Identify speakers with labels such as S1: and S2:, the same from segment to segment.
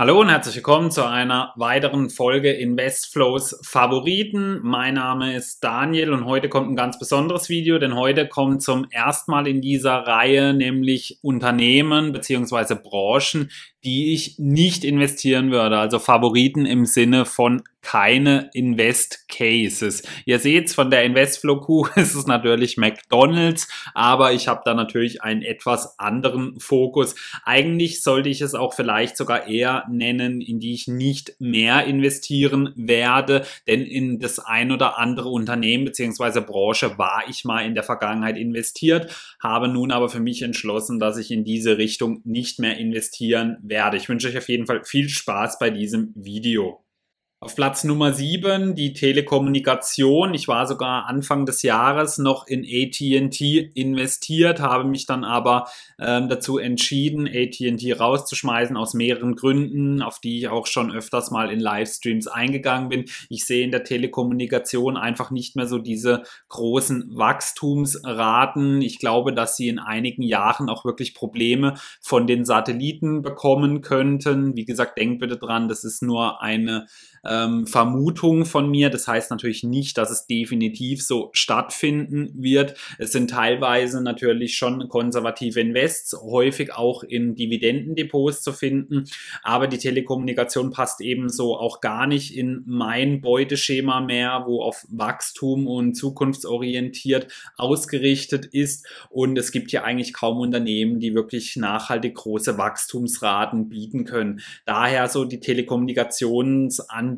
S1: Hallo und herzlich willkommen zu einer weiteren Folge Investflows Favoriten. Mein Name ist Daniel und heute kommt ein ganz besonderes Video, denn heute kommt zum ersten Mal in dieser Reihe nämlich Unternehmen bzw. Branchen, die ich nicht investieren würde, also Favoriten im Sinne von keine Invest Cases. Ihr seht es von der Investflow Kuh, ist es natürlich McDonald's, aber ich habe da natürlich einen etwas anderen Fokus. Eigentlich sollte ich es auch vielleicht sogar eher nennen, in die ich nicht mehr investieren werde, denn in das ein oder andere Unternehmen bzw. Branche war ich mal in der Vergangenheit investiert, habe nun aber für mich entschlossen, dass ich in diese Richtung nicht mehr investieren werde. Ich wünsche euch auf jeden Fall viel Spaß bei diesem Video. Auf Platz Nummer 7 die Telekommunikation. Ich war sogar Anfang des Jahres noch in AT&T investiert, habe mich dann aber dazu entschieden, AT&T rauszuschmeißen aus mehreren Gründen, auf die ich auch schon öfters mal in Livestreams eingegangen bin. Ich sehe in der Telekommunikation einfach nicht mehr so diese großen Wachstumsraten. Ich glaube, dass sie in einigen Jahren auch wirklich Probleme von den Satelliten bekommen könnten. Wie gesagt, denkt bitte dran, das ist nur eine Vermutung von mir. Das heißt natürlich nicht, dass es definitiv so stattfinden wird. Es sind teilweise natürlich schon konservative Invests, häufig auch in Dividendendepots zu finden, aber die Telekommunikation passt ebenso auch gar nicht in mein Beuteschema mehr, wo auf Wachstum und zukunftsorientiert ausgerichtet ist, und es gibt hier eigentlich kaum Unternehmen, die wirklich nachhaltig große Wachstumsraten bieten können. Daher so die Telekommunikationsanbieter,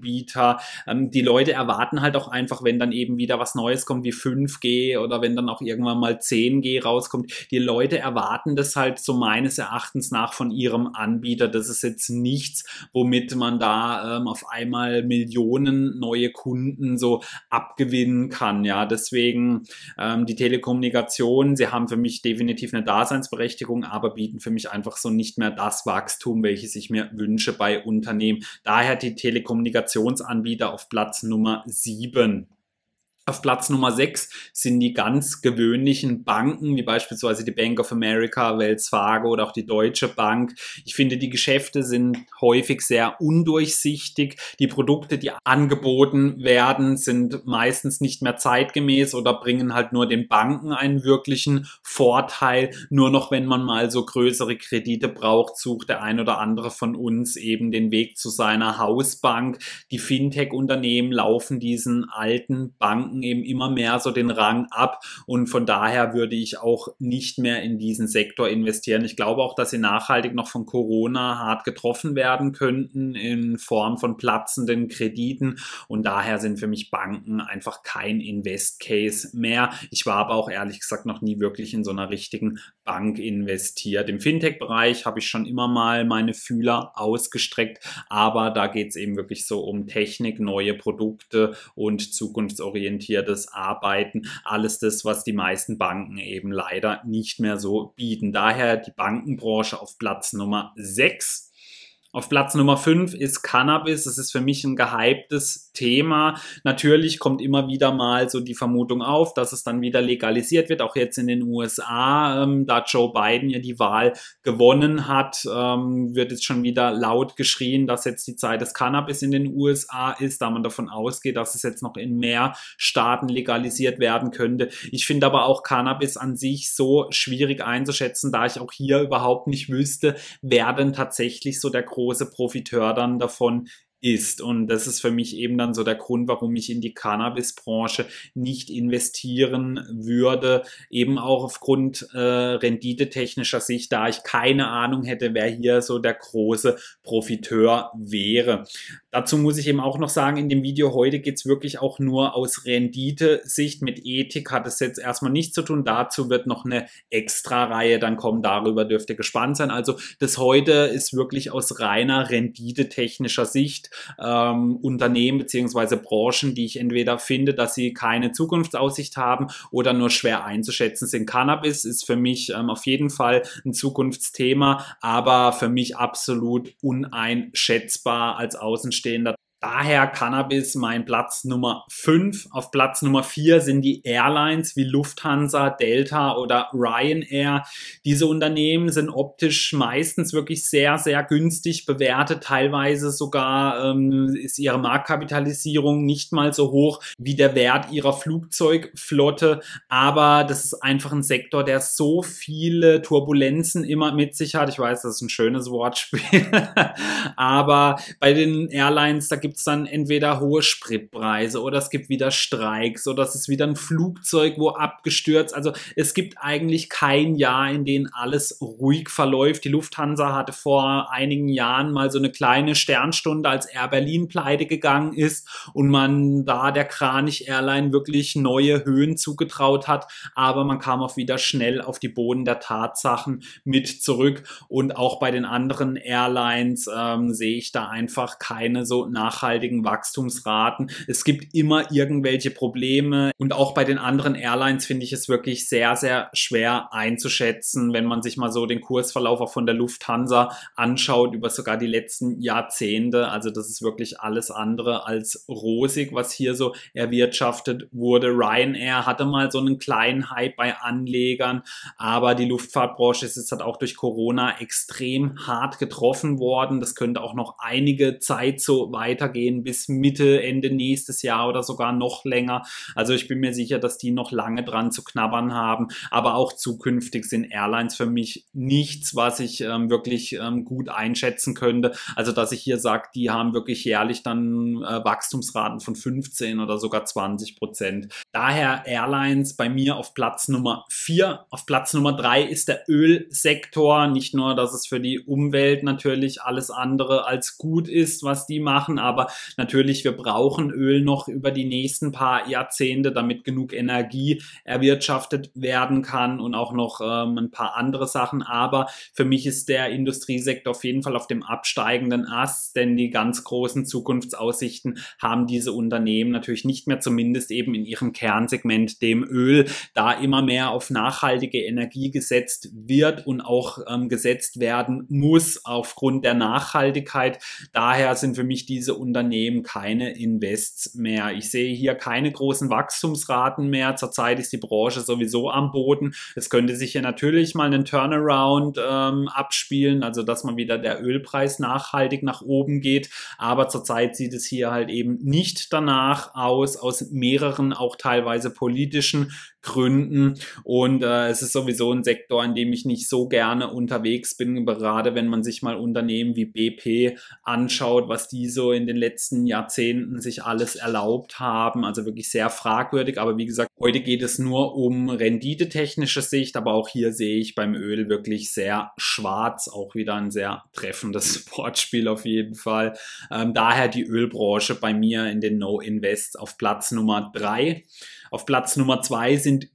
S1: die Leute erwarten halt auch einfach, wenn dann eben wieder was Neues kommt wie 5G oder wenn dann auch irgendwann mal 10G rauskommt, die Leute erwarten das halt so meines Erachtens nach von ihrem Anbieter. Das ist jetzt nichts, womit man da auf einmal Millionen neue Kunden so abgewinnen kann. Ja, deswegen die Telekommunikation, sie haben für mich definitiv eine Daseinsberechtigung, aber bieten für mich einfach so nicht mehr das Wachstum, welches ich mir wünsche bei Unternehmen. Daher die Telekommunikationsanbieter auf Platz Nummer 7. Auf Platz Nummer 6 sind die ganz gewöhnlichen Banken, wie beispielsweise die Bank of America, Wells Fargo oder auch die Deutsche Bank. Ich finde, die Geschäfte sind häufig sehr undurchsichtig. Die Produkte, die angeboten werden, sind meistens nicht mehr zeitgemäß oder bringen halt nur den Banken einen wirklichen Vorteil. Nur noch, wenn man mal so größere Kredite braucht, sucht der ein oder andere von uns eben den Weg zu seiner Hausbank. Die Fintech-Unternehmen laufen diesen alten Banken eben immer mehr so den Rang ab, und von daher würde ich auch nicht mehr in diesen Sektor investieren. Ich glaube auch, dass sie nachhaltig noch von Corona hart getroffen werden könnten in Form von platzenden Krediten, und daher sind für mich Banken einfach kein Invest-Case mehr. Ich war aber auch ehrlich gesagt noch nie wirklich in so einer richtigen Bank investiert. Im Fintech-Bereich habe ich schon immer mal meine Fühler ausgestreckt, aber da geht es eben wirklich so um Technik, neue Produkte und zukunftsorientiertes Arbeiten. Alles das, was die meisten Banken eben leider nicht mehr so bieten. Daher die Bankenbranche auf Platz Nummer 6. Auf Platz Nummer 5 ist Cannabis. Das ist für mich ein gehyptes Thema. Natürlich kommt immer wieder mal so die Vermutung auf, dass es dann wieder legalisiert wird, auch jetzt in den USA. Da Joe Biden ja die Wahl gewonnen hat, wird jetzt schon wieder laut geschrien, dass jetzt die Zeit des Cannabis in den USA ist, da man davon ausgeht, dass es jetzt noch in mehr Staaten legalisiert werden könnte. Ich finde aber auch Cannabis an sich so schwierig einzuschätzen, da ich auch hier überhaupt nicht wüsste, wer denn tatsächlich so der große Profiteur dann davon ist. Und das ist für mich eben dann so der Grund, warum ich in die Cannabis-Branche nicht investieren würde, eben auch aufgrund renditetechnischer Sicht, da ich keine Ahnung hätte, wer hier so der große Profiteur wäre. Dazu muss ich eben auch noch sagen, in dem Video heute geht es wirklich auch nur aus Rendite-Sicht. Mit Ethik hat es jetzt erstmal nichts zu tun. Dazu wird noch eine Extra-Reihe dann kommen. Darüber dürft ihr gespannt sein. Also das heute ist wirklich aus reiner renditetechnischer Sicht Unternehmen bzw. Branchen, die ich entweder finde, dass sie keine Zukunftsaussicht haben oder nur schwer einzuschätzen sind. Cannabis ist für mich auf jeden Fall ein Zukunftsthema, aber für mich absolut uneinschätzbar als Außenstehender. Daher Cannabis mein Platz Nummer 5. Auf Platz Nummer 4 sind die Airlines wie Lufthansa, Delta oder Ryanair. Diese Unternehmen sind optisch meistens wirklich sehr, sehr günstig bewertet. Teilweise sogar ist ihre Marktkapitalisierung nicht mal so hoch wie der Wert ihrer Flugzeugflotte. Aber das ist einfach ein Sektor, der so viele Turbulenzen immer mit sich hat. Ich weiß, das ist ein schönes Wortspiel. Aber bei den Airlines, da gibt es dann entweder hohe Spritpreise oder es gibt wieder Streiks oder es ist wieder ein Flugzeug, wo abgestürzt. Also es gibt eigentlich kein Jahr, in dem alles ruhig verläuft. Die Lufthansa hatte vor einigen Jahren mal so eine kleine Sternstunde, als Air Berlin pleite gegangen ist und man da der Kranich Airline wirklich neue Höhen zugetraut hat. Aber man kam auch wieder schnell auf die Boden der Tatsachen mit zurück. Und auch bei den anderen Airlines sehe ich da einfach keine so nachhaltigen Wachstumsraten. Es gibt immer irgendwelche Probleme und auch bei den anderen Airlines finde ich es wirklich sehr, sehr schwer einzuschätzen, wenn man sich mal so den Kursverlauf auch von der Lufthansa anschaut über sogar die letzten Jahrzehnte. Also das ist wirklich alles andere als rosig, was hier so erwirtschaftet wurde. Ryanair hatte mal so einen kleinen Hype bei Anlegern, aber die Luftfahrtbranche ist jetzt halt auch durch Corona extrem hart getroffen worden. Das könnte auch noch einige Zeit so weitergehen bis Mitte, Ende nächstes Jahr oder sogar noch länger. Also ich bin mir sicher, dass die noch lange dran zu knabbern haben, aber auch zukünftig sind Airlines für mich nichts, was ich wirklich gut einschätzen könnte. Also dass ich hier sage, die haben wirklich jährlich dann Wachstumsraten von 15 oder sogar 20%. Daher Airlines bei mir auf Platz Nummer 4. Auf Platz Nummer 3 ist der Ölsektor. Nicht nur, dass es für die Umwelt natürlich alles andere als gut ist, was die machen, aber natürlich, wir brauchen Öl noch über die nächsten paar Jahrzehnte, damit genug Energie erwirtschaftet werden kann und auch noch ein paar andere Sachen. Aber für mich ist der Industriesektor auf jeden Fall auf dem absteigenden Ast, denn die ganz großen Zukunftsaussichten haben diese Unternehmen natürlich nicht mehr, zumindest eben in ihrem Kernsegment, dem Öl, da immer mehr auf nachhaltige Energie gesetzt wird und auch gesetzt werden muss aufgrund der Nachhaltigkeit. Daher sind für mich diese Unternehmen keine Invests mehr. Ich sehe hier keine großen Wachstumsraten mehr. Zurzeit ist die Branche sowieso am Boden. Es könnte sich hier natürlich mal einen Turnaround abspielen, also dass mal wieder der Ölpreis nachhaltig nach oben geht. Aber zurzeit sieht es hier halt eben nicht danach aus mehreren, auch teilweise politischen Gründen. Und es ist sowieso ein Sektor, in dem ich nicht so gerne unterwegs bin, gerade wenn man sich mal Unternehmen wie BP anschaut, was die so in den letzten Jahrzehnten sich alles erlaubt haben. Also wirklich sehr fragwürdig. Aber wie gesagt, heute geht es nur um renditetechnische Sicht, aber auch hier sehe ich beim Öl wirklich sehr schwarz. Auch wieder ein sehr treffendes Wortspiel auf jeden Fall. Daher die Ölbranche bei mir in den No-Invests auf Platz Nummer 3. Auf Platz Nummer 2 sind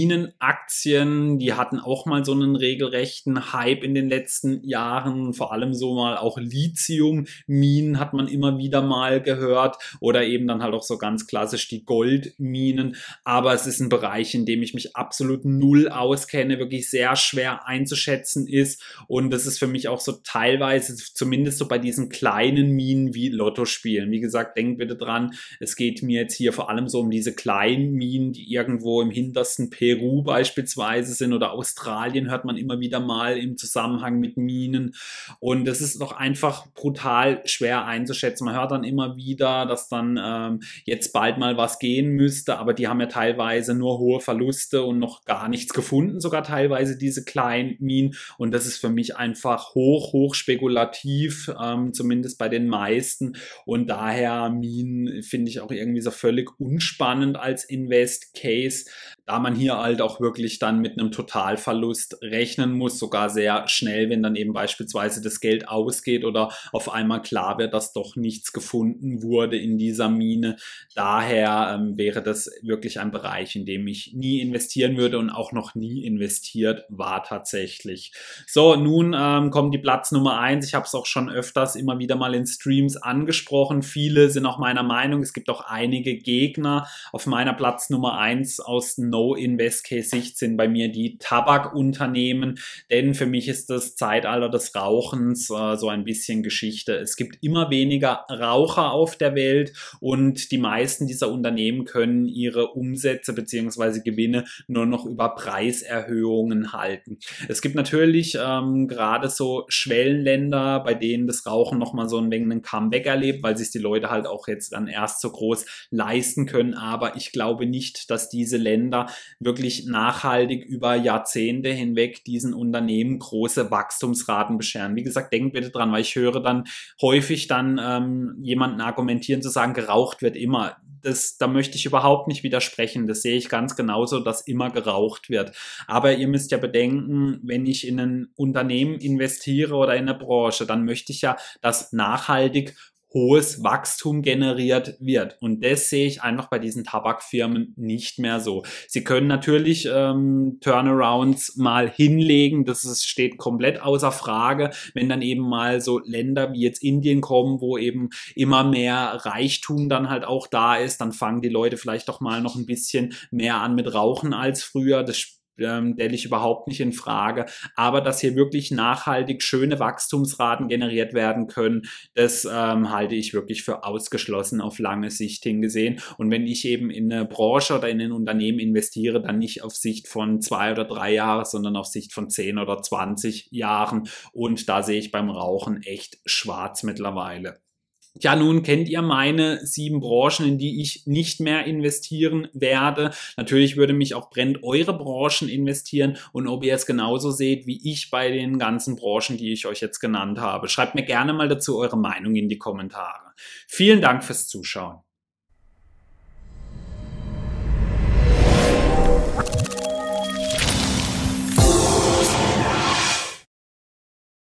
S1: Minenaktien. Die hatten auch mal so einen regelrechten Hype in den letzten Jahren. Vor allem so mal auch Lithium-Minen hat man immer wieder mal gehört. Oder eben dann halt auch so ganz klassisch die Goldminen. Aber es ist ein Bereich, in dem ich mich absolut null auskenne, wirklich sehr schwer einzuschätzen ist. Und das ist für mich auch so teilweise, zumindest so bei diesen kleinen Minen wie Lottospielen. Wie gesagt, denkt bitte dran, es geht mir jetzt hier vor allem so um diese kleinen Minen, die irgendwo im hintersten Peru beispielsweise sind oder Australien, hört man immer wieder mal im Zusammenhang mit Minen. Und das ist doch einfach brutal schwer einzuschätzen. Man hört dann immer wieder, dass dann jetzt bald mal was gehen müsste, aber die haben ja teilweise nur hohe Verluste und noch gar nichts gefunden, sogar teilweise diese kleinen Minen. Und das ist für mich einfach hoch spekulativ, zumindest bei den meisten. Und daher Minen finde ich auch irgendwie so völlig unspannend als Invest Case, da man hier halt auch wirklich dann mit einem Totalverlust rechnen muss, sogar sehr schnell, wenn dann eben beispielsweise das Geld ausgeht oder auf einmal klar wird, dass doch nichts gefunden wurde in dieser Mine. Daher wäre das wirklich ein Bereich, in dem ich nie investieren würde und auch noch nie investiert war tatsächlich. So, nun kommt die Platz Nummer 1. Ich habe es auch schon öfters immer wieder mal in Streams angesprochen. Viele sind auch meiner Meinung, es gibt auch einige Gegner auf meiner Platz Nummer 1 aus No-Invest-Case-Sicht sind bei mir die Tabakunternehmen, denn für mich ist das Zeitalter des Rauchens so ein bisschen Geschichte. Es gibt immer weniger Raucher auf der Welt und die meisten dieser Unternehmen können ihre Umsätze bzw. Gewinne nur noch über Preiserhöhungen halten. Es gibt natürlich gerade so Schwellenländer, bei denen das Rauchen nochmal so ein wenig einen Comeback erlebt, weil sich die Leute halt auch jetzt dann erst so groß leisten können. Aber ich glaube nicht, dass diese Länder wirklich nachhaltig über Jahrzehnte hinweg diesen Unternehmen große Wachstumsraten bescheren. Wie gesagt, denkt bitte dran, weil ich höre dann häufig dann jemanden argumentieren zu sagen, geraucht wird immer. Da möchte ich überhaupt nicht widersprechen. Das sehe ich ganz genauso, dass immer geraucht wird. Aber ihr müsst ja bedenken, wenn ich in ein Unternehmen investiere oder in eine Branche, dann möchte ich ja, dass nachhaltig hohes Wachstum generiert wird. Und das sehe ich einfach bei diesen Tabakfirmen nicht mehr so. Sie können natürlich Turnarounds mal hinlegen, steht komplett außer Frage, wenn dann eben mal so Länder wie jetzt Indien kommen, wo eben immer mehr Reichtum dann halt auch da ist, dann fangen die Leute vielleicht doch mal noch ein bisschen mehr an mit Rauchen als früher. Das stelle ich überhaupt nicht in Frage. Aber dass hier wirklich nachhaltig schöne Wachstumsraten generiert werden können, das halte ich wirklich für ausgeschlossen auf lange Sicht hingesehen. Und wenn ich eben in eine Branche oder in ein Unternehmen investiere, dann nicht auf Sicht von 2 oder 3 Jahren, sondern auf Sicht von 10 oder 20 Jahren. Und da sehe ich beim Rauchen echt schwarz mittlerweile. Ja, nun kennt ihr meine 7 Branchen, in die ich nicht mehr investieren werde. Natürlich würde mich auch brennend eure Branchen investieren und ob ihr es genauso seht wie ich bei den ganzen Branchen, die ich euch jetzt genannt habe. Schreibt mir gerne mal dazu eure Meinung in die Kommentare. Vielen Dank fürs Zuschauen.